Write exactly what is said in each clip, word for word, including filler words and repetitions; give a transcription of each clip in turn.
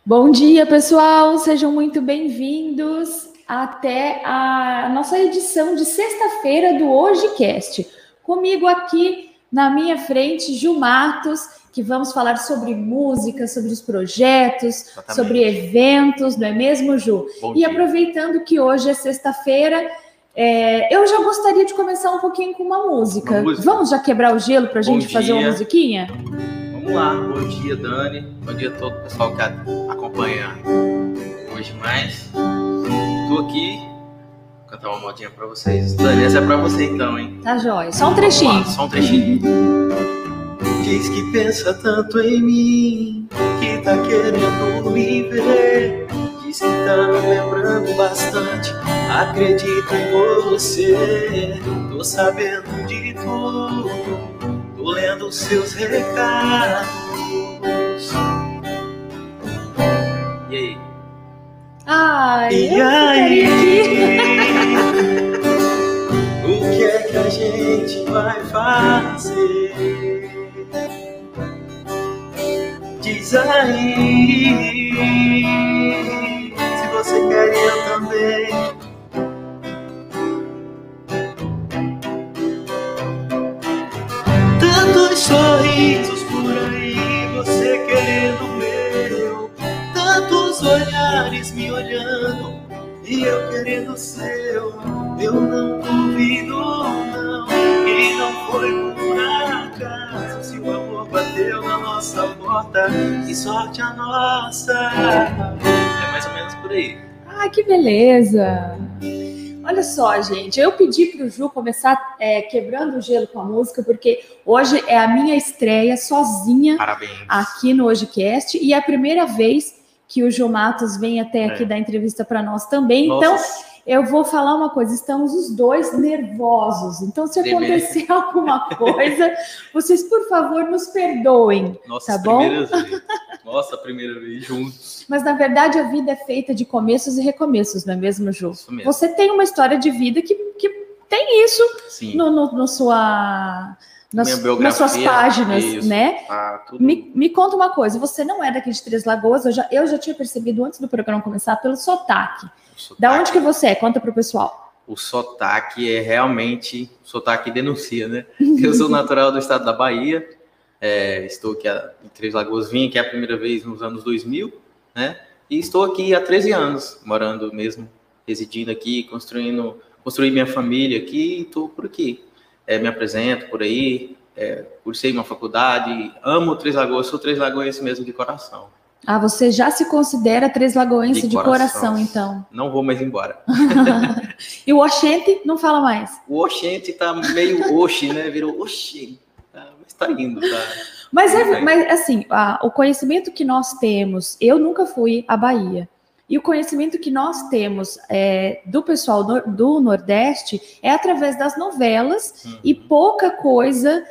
Bom dia, pessoal! Sejam muito bem-vindos até a nossa edição de sexta-feira do HojeCast. Comigo aqui na minha frente, Ju Matos, que vamos falar sobre música, sobre os projetos, Exatamente. sobre eventos, não é mesmo, Ju? Bom e dia. Aproveitando que hoje é sexta-feira, é, eu já gostaria de começar um pouquinho com uma música. Uma música. Vamos já quebrar o gelo para a gente dia. fazer uma musiquinha? Vamos lá. Bom dia, Dani. Bom dia a todo o pessoal que acompanha hoje mais. Tô aqui, vou cantar uma modinha pra vocês. Dani, essa é pra você então, hein? Tá jóia. Só um trechinho. Vamos lá, só um trechinho. Diz que pensa tanto em mim, que tá querendo me ver. Diz que tá me lembrando bastante, acredito em você. Tô sabendo de tudo, tô lendo os seus recados. E aí? Ai, e eu aí? Aqui. O que é que a gente vai fazer? Diz aí, se você quer eu também. Tantos sorrisos por aí, você querendo o meu. Tantos olhares me olhando e eu querendo o seu. Eu não duvido não, que não foi por acaso. Se o amor bateu na nossa porta, que sorte a nossa. É mais ou menos por aí. Ai, que beleza! Olha só, gente, eu pedi para o Ju começar é, quebrando o gelo com a música, porque hoje é a minha estreia sozinha Parabéns. aqui no HojeCast e é a primeira vez que o Ju Matos vem até aqui é. dar entrevista para nós também. Nossa. Então, eu vou falar uma coisa, estamos os dois nervosos. Então, se acontecer Primeiro. alguma coisa, vocês, por favor, nos perdoem. Nossa, tá bom? Vez. Nossa, primeira vez juntos. Mas, na verdade, a vida é feita de começos e recomeços, não é mesmo, Ju? Isso mesmo. Você tem uma história de vida que, que tem isso Sim. No, no, no sua... Nas, nas suas páginas, isso. né? Ah, tudo... me, me conta uma coisa, você não é daqui de Três Lagoas, eu já, eu já tinha percebido antes do programa começar pelo sotaque. sotaque. Da onde que você é? Conta pro pessoal. O sotaque é realmente, o sotaque denuncia, né? Eu sou natural do estado da Bahia, é, estou aqui a, em Três Lagoas, vim aqui a primeira vez nos anos dois mil, né? E estou aqui há treze anos, morando mesmo, residindo aqui, construindo, construí minha família aqui e estou por aqui. É, me apresento por aí, é, cursei uma faculdade, amo Três Lagoas, sou Três Lagoense mesmo de coração. Ah, você já se considera Três Lagoense de, de coração. coração, então? Não vou mais embora. E o oxente não fala mais? O oxente tá meio oxi, né? Virou oxi, tá, mas tá indo, tá? Mas, é, mas assim, a, o conhecimento que nós temos, eu nunca fui à Bahia, e o conhecimento que nós temos é, do pessoal do, do Nordeste é através das novelas, uhum. e pouca coisa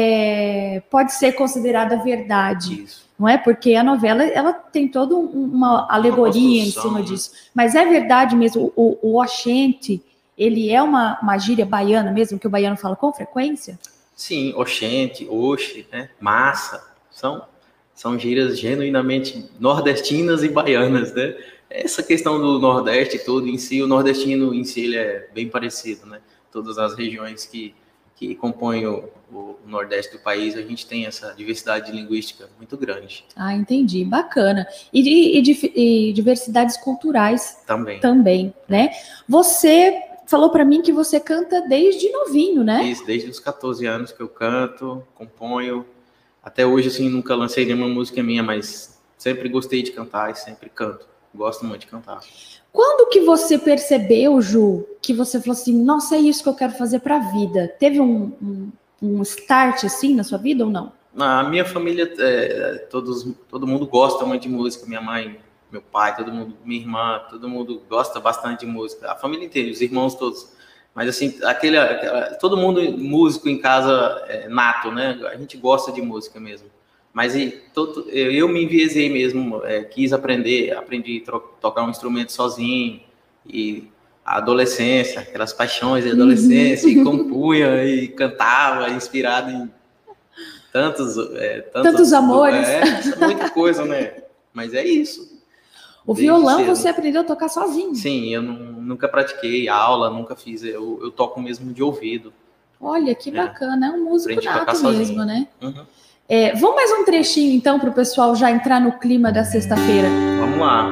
é, pode ser considerada verdade. Isso. Não é? Porque a novela ela tem toda uma alegoria uma em cima disso. Mas é verdade mesmo, o, o oxente, ele é uma, uma gíria baiana mesmo, que o baiano fala com frequência? Sim, oxente, oxe, né? Massa, são, são gírias genuinamente nordestinas e baianas, né? Essa questão do Nordeste todo em si, o nordestino em si ele é bem parecido, né? Todas as regiões que, que compõem o, o Nordeste do país, a gente tem essa diversidade linguística muito grande. Ah, entendi, bacana. E, e, e, e diversidades culturais também, também, né? Você falou para mim que você canta desde novinho, né? Isso, desde os catorze anos que eu canto, componho. Até hoje, assim, nunca lancei nenhuma música minha, mas sempre gostei de cantar e sempre canto. Gosto muito de cantar. Quando que você percebeu, Ju, que você falou assim, nossa, é isso que eu quero fazer para a vida? Teve um, um, um start assim na sua vida ou não? Na minha família, é, todos, todo mundo gosta muito de música. Minha mãe, meu pai, todo mundo, minha irmã, todo mundo gosta bastante de música. A família inteira, os irmãos todos. Mas assim, aquele, todo mundo músico em casa é nato, né? A gente gosta de música mesmo. Mas e, todo, eu me enviesei mesmo, é, quis aprender, aprendi a tocar um instrumento sozinho, e a adolescência, aquelas paixões de adolescência, e compunha e cantava, inspirado em tantos... É, tantos, tantos amores. É, muita coisa, né? Mas é isso. O violão você aprendeu a tocar sozinho? Sim, eu não, nunca pratiquei aula, nunca fiz, eu, eu toco mesmo de ouvido. Olha, que bacana, é, é um músico nato mesmo, né? Uhum. É, vamos mais um trechinho, então, para o pessoal já entrar no clima da sexta-feira. Vamos lá.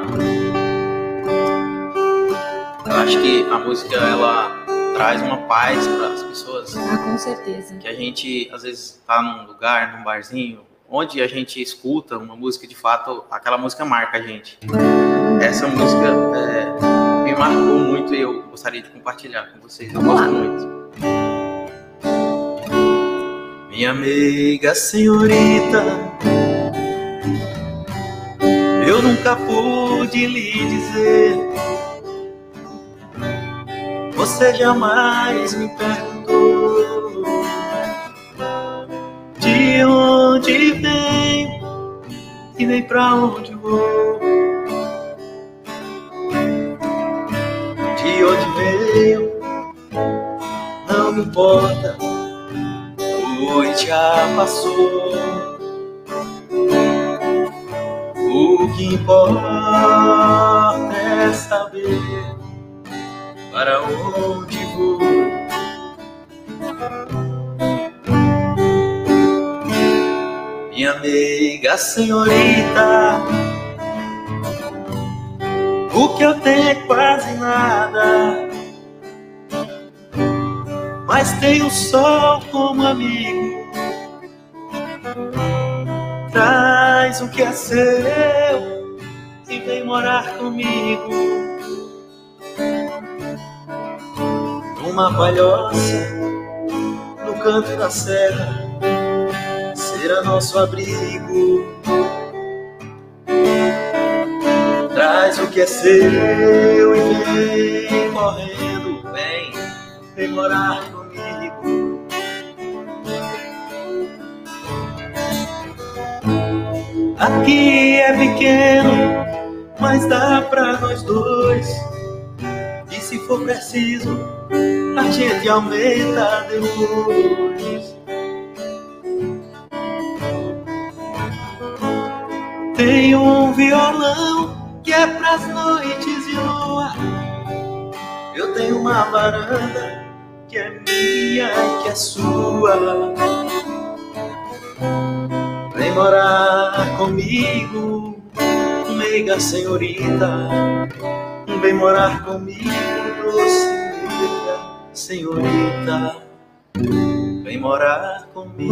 Eu acho que a música, ela traz uma paz para as pessoas. Ah, com certeza. Que a gente, às vezes, está num lugar, num barzinho, onde a gente escuta uma música, de fato, aquela música marca a gente. Essa música é, me marcou muito e eu gostaria de compartilhar com vocês. Eu gosto muito. Minha amiga senhorita, eu nunca pude lhe dizer. Você jamais me perguntou de onde venho e nem pra onde vou. De onde venho não me importa, pois já passou. O que importa é saber para onde vou. Minha amiga senhorita, o que eu tenho é quase nada, mas tenho o sol como amigo. Traz o que é seu e vem morar comigo. Numa palhoça, no canto da serra, será nosso abrigo. Traz o que é seu e vem correndo, vem, vem morar comigo. Aqui é pequeno, mas dá pra nós dois. E se for preciso, a gente aumenta depois. Tenho um violão que é pras noites de lua. Eu tenho uma varanda que é minha e que é sua. Vem morar comigo, meiga senhorita. Vem morar comigo, doce meiga senhorita. Vem morar comigo.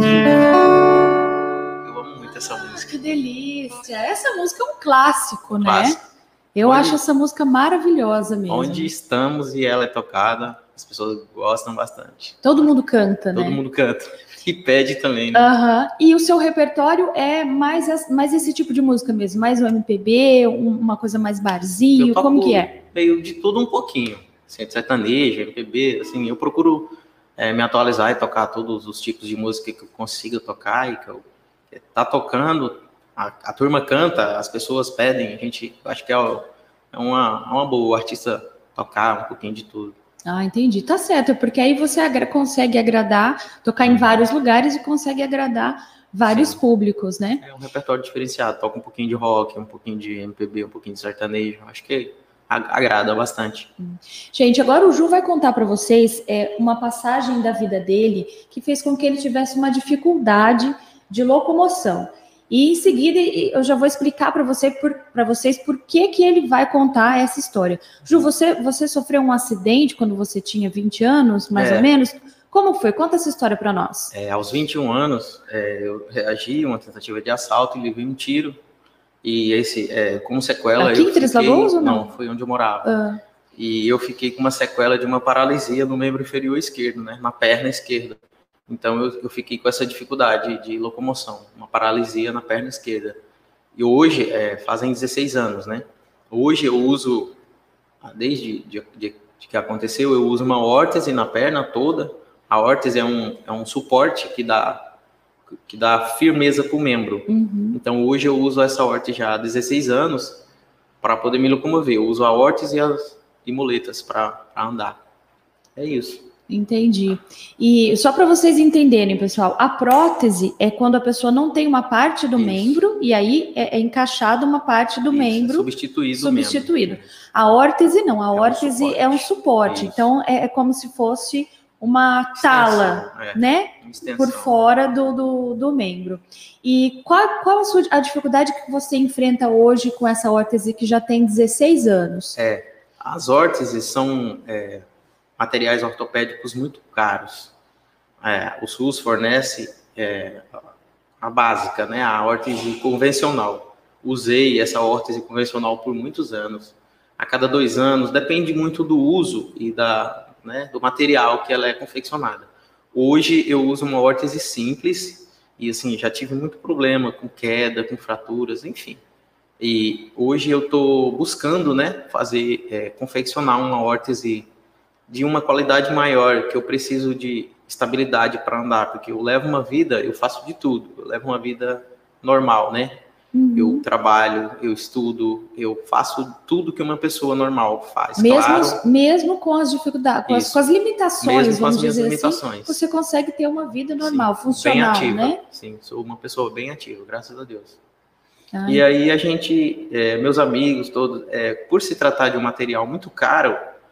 Eu amo muito essa música. Que delícia! Essa música é um clássico, né? Clássico. Eu onde, acho essa música maravilhosa mesmo. Onde estamos e ela é tocada, as pessoas gostam bastante. Todo mundo canta, Todo né? Todo mundo canta. E pede também, né? Uhum. E o seu repertório é mais, mais esse tipo de música mesmo? Mais o M P B, uma coisa mais barzinho? Como que é? Meio de tudo um pouquinho. Assim, sertanejo, M P B, assim, eu procuro é, me atualizar e tocar todos os tipos de música que eu consiga tocar e que eu tá tocando, a, a turma canta, as pessoas pedem, a gente, acho que é, é uma, uma boa o artista tocar um pouquinho de tudo. Ah, entendi. Tá certo, porque aí você agra- consegue agradar, tocar em vários lugares e consegue agradar vários Sim. públicos, né? É um repertório diferenciado, toca um pouquinho de rock, um pouquinho de M P B, um pouquinho de sertanejo, acho que agrada bastante. Gente, agora o Ju vai contar para vocês é, uma passagem da vida dele que fez com que ele tivesse uma dificuldade de locomoção. E em seguida eu já vou explicar para você, para vocês por que, que ele vai contar essa história. Ju, você, você sofreu um acidente quando você tinha vinte anos, mais é. ou menos? Como foi? Conta essa história para nós. É, aos vinte e um anos, é, eu reagi a uma tentativa de assalto e levei um tiro. E esse, é, como sequela... Aqui em Três Lagoas ou não? Não, foi onde eu morava. Ah. E eu fiquei com uma sequela de uma paralisia no membro inferior esquerdo, né, na perna esquerda. Então, eu, eu fiquei com essa dificuldade de locomoção, uma paralisia na perna esquerda. E hoje, é, fazem dezesseis anos, né? Hoje eu uso, desde de, de, de que aconteceu, eu uso uma órtese na perna toda. A órtese é um, é um suporte que dá, que dá firmeza para o membro. Uhum. Então, hoje eu uso essa órtese já há dezesseis anos para poder me locomover. Eu uso a órtese e as e muletas para andar. É isso. Entendi. E só para vocês entenderem, pessoal, a prótese é quando a pessoa não tem uma parte do Isso. membro e aí é, é encaixada uma parte do Isso, membro é substituído. Substituído. Membro. A órtese não, a é órtese um é um suporte. Isso. Então é, é como se fosse uma tala, é, né? Por fora do, do, do membro. E qual, qual a, sua, a dificuldade que você enfrenta hoje com essa órtese que já tem dezesseis anos? É, as órteses são é, materiais ortopédicos muito caros. É, o SUS fornece é, a básica, né? A órtese convencional. Usei essa órtese convencional por muitos anos. A cada dois anos, depende muito do uso e da... Né, do material que ela é confeccionada. Hoje eu uso uma órtese simples e assim, já tive muito problema com queda, com fraturas, enfim. E hoje eu estou buscando, né, fazer, é, confeccionar uma órtese de uma qualidade maior, que eu preciso de estabilidade para andar, porque eu levo uma vida, eu faço de tudo, eu levo uma vida normal, né? Uhum. Eu trabalho, eu estudo, eu faço tudo que uma pessoa normal faz. Mesmo, claro, mesmo com as dificuldades, com as, com as limitações, mesmo vamos com as dizer limitações. assim, você consegue ter uma vida normal, Sim, funcional, bem ativa, né? Sim, sou uma pessoa bem ativa, graças a Deus. Ai. E aí a gente, é, meus amigos todos, é, por se tratar de um material muito caro,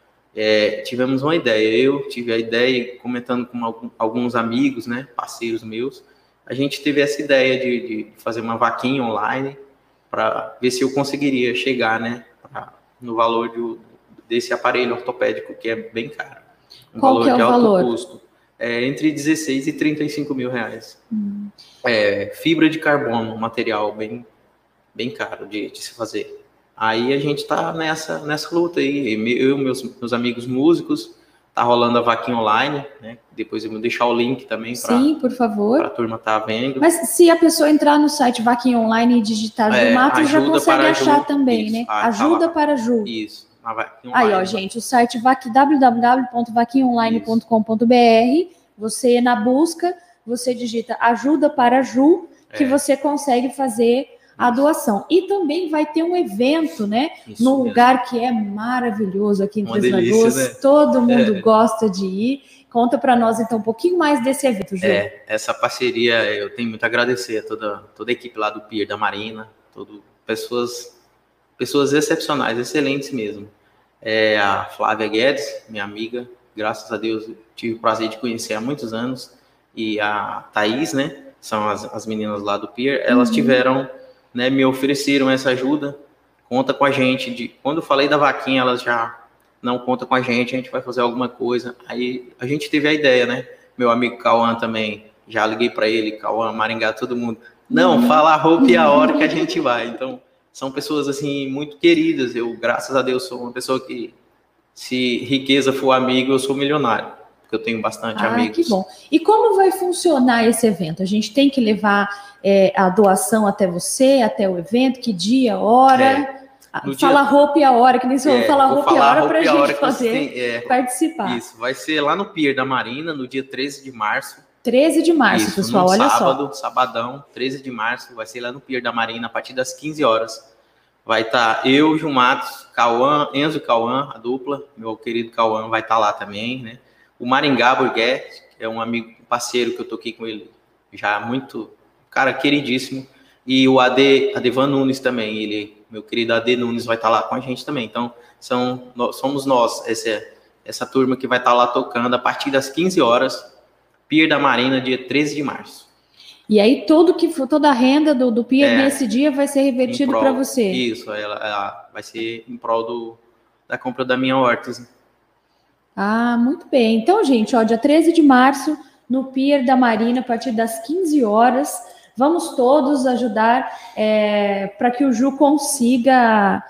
é, tivemos uma ideia. Eu tive a ideia, comentando com algum, alguns amigos, né, parceiros meus, a gente teve essa ideia de, de fazer uma vaquinha online para ver se eu conseguiria chegar, né, pra, no valor de, desse aparelho ortopédico, que é bem caro. Um Qual valor que é de o alto valor? custo. É, entre dezesseis e trinta e cinco mil reais. Hum. É, fibra de carbono, um material bem, bem caro de, de se fazer. Aí a gente está nessa, nessa luta aí. Eu e meus, meus amigos músicos, tá rolando a vaquinha online, né? Depois eu vou deixar o link também para Sim, por favor. Para a turma estar tá vendo. Mas se a pessoa entrar no site Vaquinha Online e digitar Ju é, Matos, já consegue achar Ju, também, isso, né? Ah, ajuda tá para Ju. Isso. Aí, ó, gente, o site w w w ponto vaquinha online ponto com ponto b r, você na busca, você digita ajuda para Ju, que é. você consegue fazer a doação. E também vai ter um evento, né? Isso no lugar mesmo. Que é maravilhoso aqui em Três Lagoas. Né? Todo mundo é. gosta de ir. Conta para nós, então, um pouquinho mais desse evento, Ju. É, essa parceria, eu tenho muito a agradecer a toda, toda a equipe lá do Pier da Marina, todo, pessoas, pessoas excepcionais, excelentes mesmo. É, a Flávia Guedes, minha amiga, graças a Deus, tive o prazer de conhecer há muitos anos, e a Thaís, né? São as, as meninas lá do Pier, elas uhum. tiveram... Né, me ofereceram essa ajuda, conta com a gente. De, quando eu falei da vaquinha, elas já não conta com a gente, a gente vai fazer alguma coisa. Aí a gente teve a ideia, né? Meu amigo Cauã também, já liguei para ele, Cauã, Maringá, todo mundo. Não, uhum. fala a roupa e a hora que a gente vai. Então, são pessoas assim muito queridas. Eu, graças a Deus, sou uma pessoa que, se riqueza for amigo, eu sou milionário. Porque eu tenho bastante ah, amigos. Que bom. E como vai funcionar esse evento? A gente tem que levar é, a doação até você, até o evento, que dia, hora? É, fala dia... roupa e a hora, que nem se é, fala roupa e a hora para a gente poder tem, é, participar. Isso, vai ser lá no Pier da Marina, no dia treze de março. treze de março, isso, pessoal, olha sábado, só. Sabadão, treze de março, vai ser lá no Pier da Marina, a partir das quinze horas. Vai estar tá eu, Gil Matos, Cauã, Enzo e Cauã, a dupla, meu querido Cauã vai estar tá lá também, né? O Maringá Burguete, que é um amigo, um parceiro que eu toquei com ele já muito, cara, queridíssimo. E o Ade, Adevan Nunes também, ele, meu querido Ade Nunes vai estar lá com a gente também. Então, são, nós, somos nós, essa, essa turma que vai estar lá tocando a partir das quinze horas, Pier da Marina, dia treze de março. E aí, todo que, toda a renda do, do Pier é, nesse dia vai ser revertido para você? Isso, ela, ela vai ser em prol do, da compra da minha órtese. Ah, muito bem. Então, gente, ó, dia treze de março, no Pier da Marina, a partir das quinze horas, vamos todos ajudar é, para que o Ju consiga,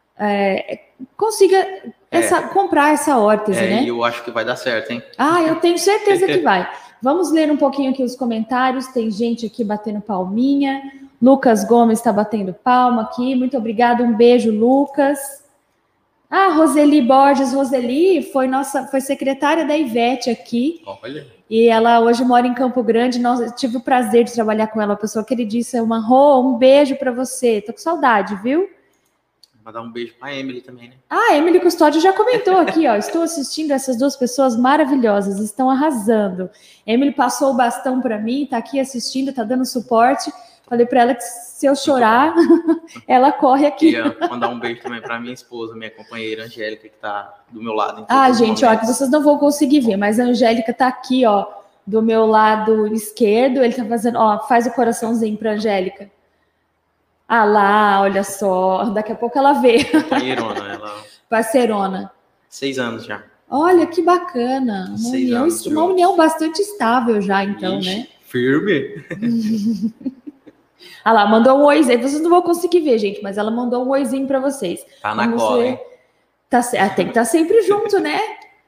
é, consiga essa, é. comprar essa órtese, é, né? E eu acho que vai dar certo, hein? Ah, eu tenho certeza que vai. Vamos ler um pouquinho aqui os comentários. Tem gente aqui batendo palminha. Lucas Gomes está batendo palma aqui. Muito obrigada. Um beijo, Lucas. Ah, Roseli Borges, Roseli foi nossa, foi secretária da Ivete aqui. Olha. E ela hoje mora em Campo Grande. Nós, tive o prazer de trabalhar com ela, uma pessoa queridíssima. Uma Rô, um beijo para você. Tô com saudade, viu? Mandar um beijo pra Emily também, né? Ah, a Emily Custódio já comentou aqui, ó. Estou assistindo essas duas pessoas maravilhosas, estão arrasando. Emily passou o bastão para mim, tá aqui assistindo, tá dando suporte. Falei para ela que se eu chorar, ela corre aqui. Queria mandar um beijo também para minha esposa, minha companheira Angélica, que tá do meu lado. Em ah, gente, ó, que vocês não vão conseguir ver, mas a Angélica tá aqui, ó, do meu lado esquerdo. Ele tá fazendo, ó, faz o coraçãozinho pra Angélica. Ah lá, olha só, daqui a pouco ela vê. Companheirona, ela... Parceirona. Seis anos já. Olha, que bacana. Uma, Seis união, anos uma união bastante estável já, então, Ixi, né? Firme. Ah lá, mandou um oizinho. Vocês não vão conseguir ver, gente, mas ela mandou um oizinho para vocês. Tá na cola, hein? Tá, ah, tem que estar sempre junto, né?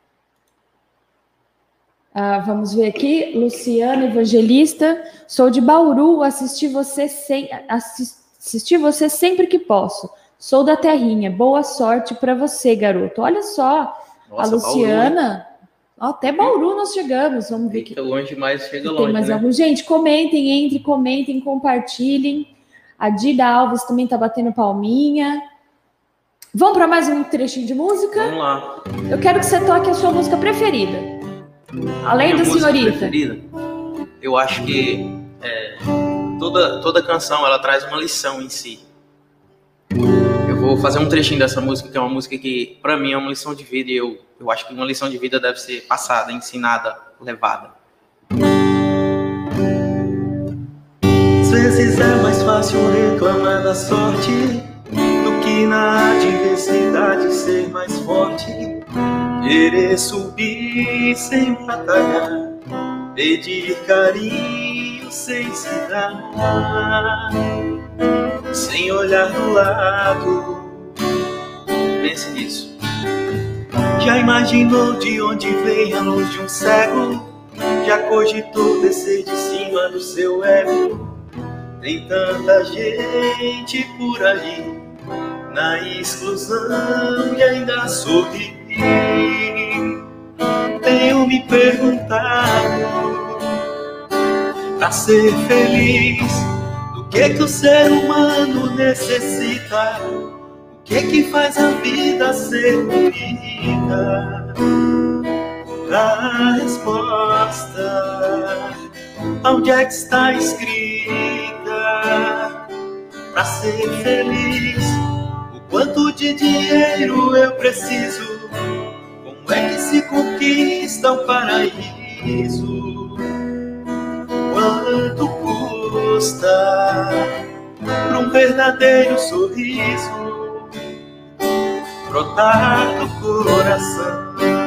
Ah, vamos ver aqui. Luciana Evangelista. Sou de Bauru, assisti você, sem, assisti você sempre que posso. Sou da Terrinha. Boa sorte para você, garoto. Olha só, nossa, a Luciana... Bauru, ó, até Bauru nós chegamos. Vamos ver aqui. Fica longe, mas chega tem longe, mais né? algum. Gente, comentem, entre, comentem, compartilhem. A Dida Alves também tá batendo palminha. Vamos para mais um trechinho de música? Vamos lá. Eu quero que você toque a sua música preferida. Além da senhorita. Preferida, eu acho que é, toda, toda canção ela traz uma lição em si. Eu vou fazer um trechinho dessa música, que é uma música que, para mim, é uma lição de vida. E eu, eu acho que uma lição de vida deve ser passada, ensinada, levada. Às vezes é mais fácil reclamar da sorte do que na adversidade ser mais forte. Querer subir sem batalhar, pedir carinho sem se dar, sem olhar do lado. Pense nisso. Já imaginou de onde vem a luz de um cego? Já cogitou descer de cima do seu ego? Tem tanta gente por aí na exclusão e ainda sorri. Tenho me perguntado, pra ser feliz, do que que o ser humano necessita? O que que faz a vida ser bonita? A resposta, onde é que está escrita? Pra ser feliz, o quanto de dinheiro eu preciso? Como é que se conquista um paraíso? Quanto custa pra um verdadeiro sorriso brotar do coração?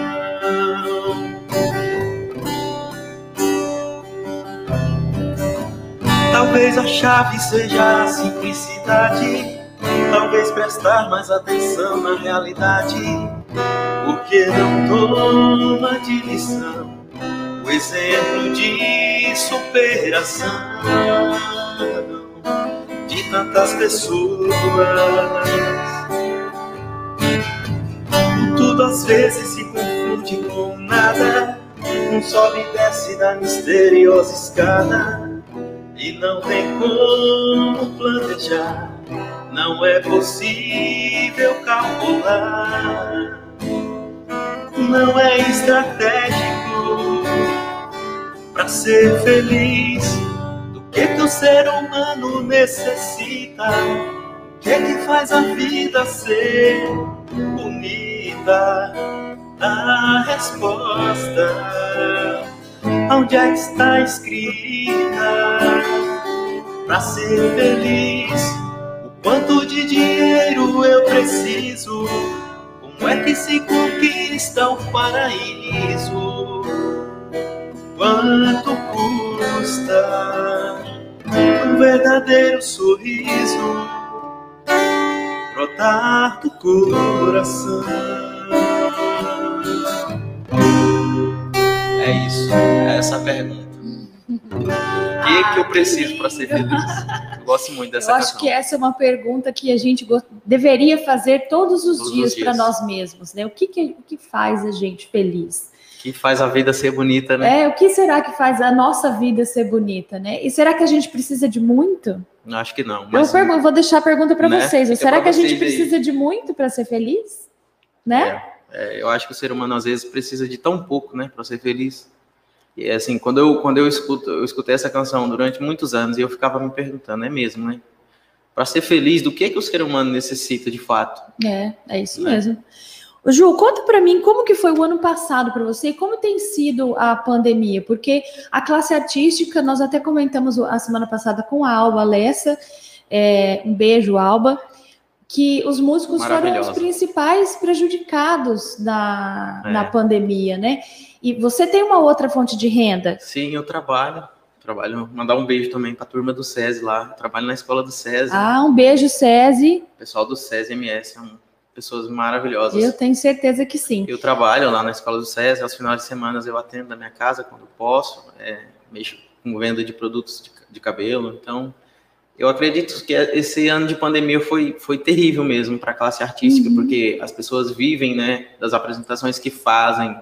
Talvez a chave seja a simplicidade, talvez prestar mais atenção na realidade. Porque não toma de lição o exemplo de superação de tantas pessoas. O tudo às vezes se confunde com nada, um sobe e desce da misteriosa escada. E não tem como planejar, não é possível calcular. Não é estratégico pra ser feliz. Do que que o ser humano necessita? O que que faz a vida ser bonita? A resposta, onde é que está escrita? Pra ser feliz, o quanto de dinheiro eu preciso? Como é que se conquista o paraíso? Quanto custa um verdadeiro sorriso brotar do coração? É isso, é essa a pergunta. O que, que eu preciso para ser feliz? Eu gosto muito dessa Eu canção. acho que essa é uma pergunta que a gente go- deveria fazer todos os Todos dias os dias. para nós mesmos, né? O que, que, o que faz a gente feliz? que faz a vida ser bonita, né? É, o que será que faz a nossa vida ser bonita, né? E será que a gente precisa de muito? Acho que não. Mas, eu pergunto, vou deixar a pergunta para né? vocês. Fica será que a gente aí. precisa de muito para ser feliz? Né? É, é, eu acho que o ser humano às vezes precisa de tão pouco, né, para ser feliz. E assim, quando eu quando eu escuto, eu escutei essa canção durante muitos anos e eu ficava me perguntando, é mesmo, né? Para ser feliz, do que que o ser humano necessita de fato? É, é isso né? mesmo. Ju, conta para mim como que foi o ano passado para você e como tem sido a pandemia, porque a classe artística, nós até comentamos a semana passada com a Alba Lessa, é, um beijo, Alba, que os músicos foram os principais prejudicados na, é. na pandemia, né? E você tem uma outra fonte de renda? Sim, eu trabalho. Trabalho, mandar um beijo também para a turma do SESI lá. Eu trabalho na escola do SESI. Ah, um beijo, SESI. O pessoal do SESI M S são pessoas maravilhosas. Eu tenho certeza que sim. Eu trabalho lá na escola do SESI. Aos finais de semana eu atendo na minha casa quando posso. É, mexo com venda de produtos de, de cabelo. Então, eu acredito que esse ano de pandemia foi, foi terrível mesmo para a classe artística, uhum. porque as pessoas vivem, né, das apresentações que fazem,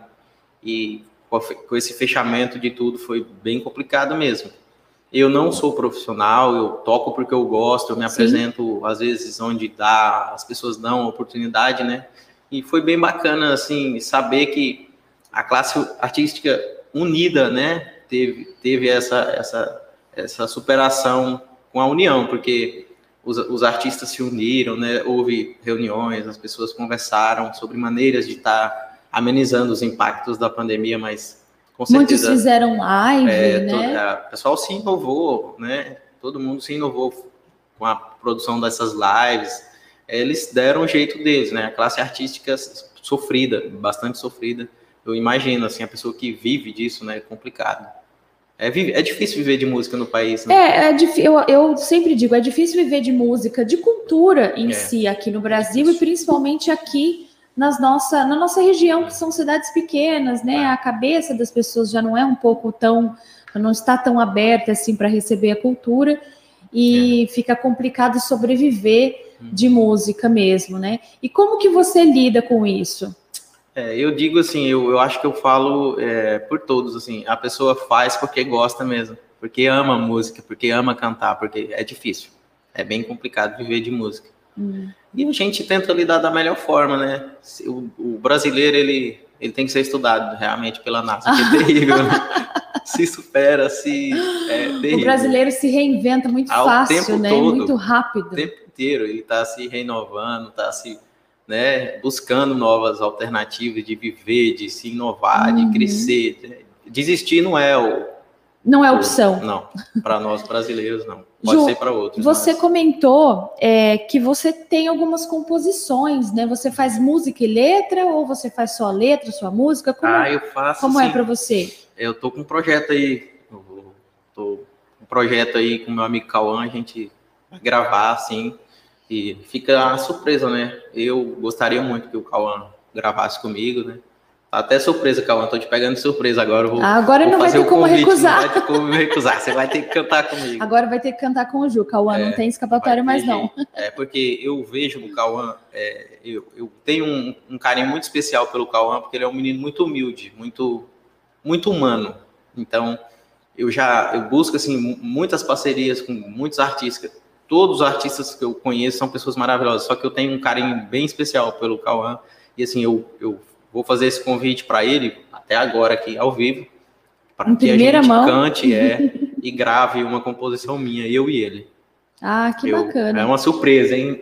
e com esse fechamento de tudo foi bem complicado mesmo. Eu não sou profissional, eu toco porque eu gosto, eu me Sim. apresento às vezes onde dá, as pessoas dão a oportunidade, né, e foi bem bacana, assim, saber que a classe artística unida, né, teve, teve essa, essa, essa superação com a união, porque os, os artistas se uniram, né? Houve reuniões, as pessoas conversaram sobre maneiras de estar amenizando os impactos da pandemia, mas com certeza... Muitos fizeram live, é, né? O pessoal se inovou, né? Todo mundo se inovou com a produção dessas lives. Eles deram o jeito deles, né? A classe artística sofrida, bastante sofrida. Eu imagino, assim, a pessoa que vive disso, né? É complicado. É, é difícil viver de música no país, né? É, é eu, eu sempre digo, é difícil viver de música, de cultura em é, si aqui no Brasil, é e principalmente aqui nas nossa, na nossa região, que são cidades pequenas, né? A cabeça das pessoas já não é um pouco tão, não está tão aberta assim para receber a cultura, e é. fica complicado sobreviver hum. de música mesmo, né? E como que você lida com isso? É, eu digo assim, eu, eu acho que eu falo é, por todos, assim, a pessoa faz porque gosta mesmo, porque ama música, porque ama cantar, porque é difícil, é bem complicado viver de música. Hum. E a gente tenta lidar da melhor forma, né? O, o brasileiro, ele, ele tem que ser estudado realmente pela NASA, que é terrível, né? Se supera, se... É terrível. O brasileiro se reinventa muito Ao fácil, né? Todo, muito rápido. O tempo inteiro, ele está se renovando, está se... né, buscando novas alternativas de viver, de se inovar, uhum. de crescer. Desistir não é o... Não é opção. O, não, para nós brasileiros não. Pode Ju, ser para outros. Você mas... comentou é, que você tem algumas composições, né? Você faz música e letra, ou você faz só letra, sua música? Como, ah, eu faço, Como sim. é para você? Eu tô com um projeto aí, eu tô um projeto aí com meu amigo Cauã, a gente vai gravar, assim, e fica a surpresa, né? Eu gostaria muito que o Cauã gravasse comigo, né? Tá até surpresa, Cauã, tô te pegando de surpresa agora. Eu vou, ah, agora vou não vai ter como convite, recusar. Não vai ter como recusar, você vai ter que cantar comigo. Agora vai ter que cantar com o Ju, Cauã, é, não tem escapatório mais não. É porque eu vejo o Cauã, é, eu, eu tenho um, um carinho muito especial pelo Cauã, porque ele é um menino muito humilde, muito, muito humano. Então, eu já eu busco assim, muitas parcerias com muitos artistas. Todos os artistas que eu conheço são pessoas maravilhosas, só que eu tenho um carinho bem especial pelo Cauã. E assim, eu, eu vou fazer esse convite para ele, até agora aqui, ao vivo, para que a gente mão. cante é, e grave uma composição minha, eu e ele. Ah, que eu, bacana. É uma surpresa, hein?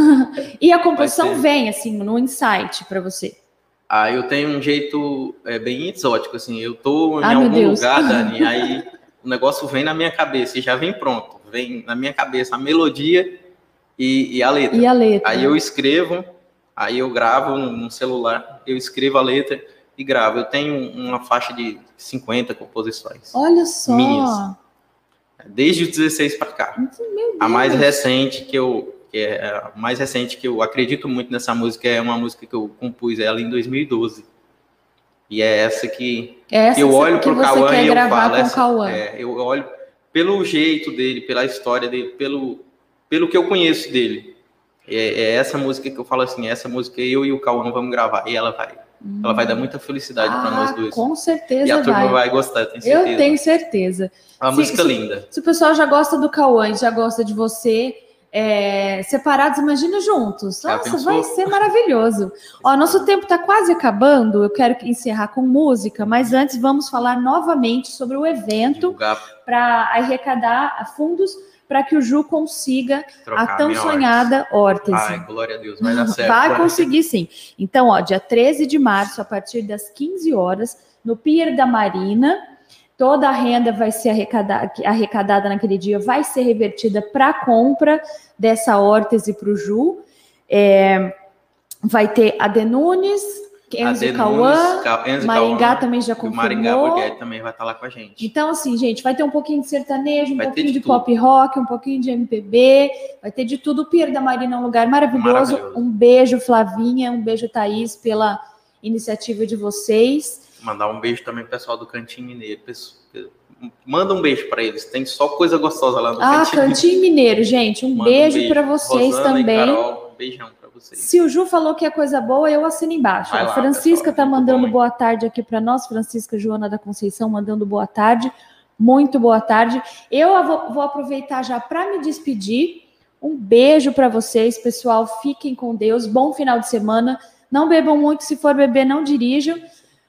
E a composição vem, assim, no insight para você? Ah, eu tenho um jeito é, bem exótico, assim, eu tô em ah, algum lugar, Dani, aí o negócio vem na minha cabeça e já vem pronto. Vem na minha cabeça a melodia e, e a letra. E a letra. Aí eu escrevo, aí eu gravo no celular, eu escrevo a letra e gravo. Eu tenho uma faixa de cinquenta composições. Olha só! Minhas. Desde os dezesseis para cá. Meu Deus. A mais recente que eu... Que é a mais recente que eu acredito muito nessa música é uma música que eu compus ela em dois mil e doze. E é essa que, essa que eu olho que pro Cauã e eu falo. Com essa, Cauã. É, eu olho pelo jeito dele, pela história dele, pelo, pelo que eu conheço dele. É, é essa música que eu falo assim, essa música eu e o Cauã vamos gravar. E ela vai. Hum. Ela vai dar muita felicidade ah, para nós dois. Com certeza. E a turma vai, vai gostar, eu tenho certeza. Eu tenho certeza. É uma se, música se, linda. Se o pessoal já gosta do Cauã, já gosta de você, é, separados, imagina juntos. Nossa, vai ser maravilhoso. Ó, nosso tempo está quase acabando. Eu quero encerrar com música, mas antes vamos falar novamente sobre o evento para arrecadar fundos para que o Ju consiga trocar a tão sonhada órtese. Ai, glória a Deus, vai dar certo. Vai conseguir sim. Então, ó, dia treze de março, a partir das quinze horas, no Pier da Marina, toda a renda vai ser arrecadada, arrecadada naquele dia, vai ser revertida para a compra dessa órtese para o Ju. É, vai ter a Denunes, Enzo Cauã, Maringá Cauã, também já confirmou. Maringá, porque também vai estar lá com a gente. Então, assim, gente, vai ter um pouquinho de sertanejo, um vai pouquinho de, de pop rock, um pouquinho de M P B, vai ter de tudo. O Pier da Marina é um lugar maravilhoso. maravilhoso. Um beijo, Flavinha, um beijo, Thaís, pela iniciativa de vocês. Mandar um beijo também pro pessoal do Cantinho Mineiro. Manda um beijo para eles, tem só coisa gostosa lá no ah, Cantinho. Ah, Cantinho Mineiro, gente, um Manda beijo, um beijo. para vocês Rosana também. E Carol, um beijão. Vocês. Se o Ju falou que é coisa boa, eu assino embaixo. Lá, a Francisca está mandando bom, boa tarde aqui para nós. Francisca Joana da Conceição mandando boa tarde. Muito boa tarde. Eu vou, vou aproveitar já para me despedir. Um beijo para vocês, pessoal. Fiquem com Deus. Bom final de semana. Não bebam muito. Se for beber, não dirijam.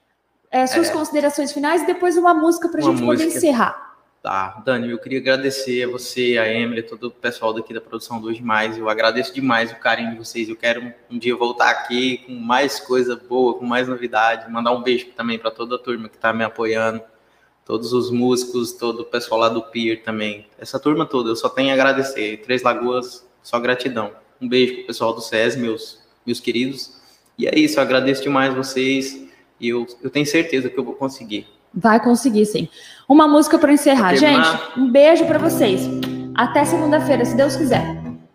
É, suas é. considerações finais e depois uma música para a gente música. poder encerrar. Tá, Dani, eu queria agradecer a você, a Emily, todo o pessoal daqui da produção do Hoje Mais. Eu agradeço demais o carinho de vocês. Eu quero um dia voltar aqui com mais coisa boa, com mais novidade. Mandar um beijo também para toda a turma que está me apoiando, todos os músicos, todo o pessoal lá do Pier também. Essa turma toda, eu só tenho a agradecer. Três Lagoas, só gratidão. Um beijo pro pessoal do S E S, meus, meus queridos. E é isso, eu agradeço demais vocês e eu, eu tenho certeza que eu vou conseguir. Vai conseguir, sim. Uma música para encerrar. Gente, um beijo para vocês. Até segunda-feira, se Deus quiser.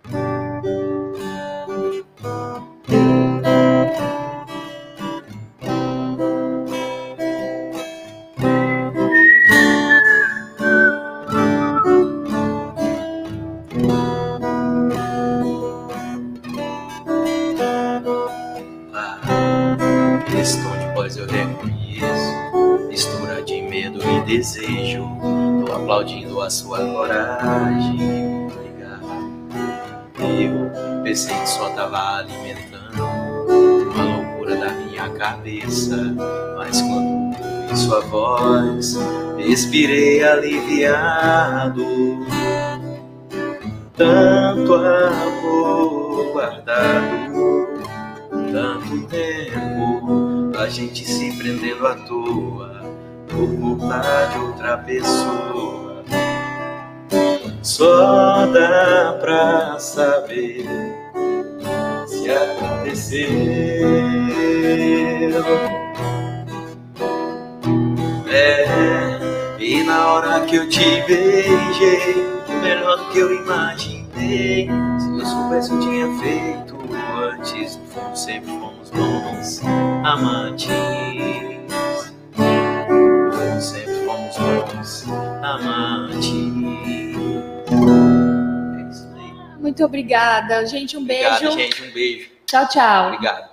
Desejo, tô aplaudindo a sua coragem. Eu pensei que só tava alimentando uma loucura da minha cabeça, mas quando ouvi sua voz, respirei aliviado. Tanto amor guardado, tanto tempo, a gente se prendendo à toa por conta de outra pessoa. Só dá pra saber se aconteceu. É, e na hora que eu te beijei, melhor do que eu imaginei. Se eu soubesse eu tinha feito antes, no fundo sempre fomos bons amantes. Sempre fomos bons amantes. É isso aí. Muito obrigada, gente. Um beijo. Obrigado, gente. Um beijo. Tchau, tchau. Obrigado.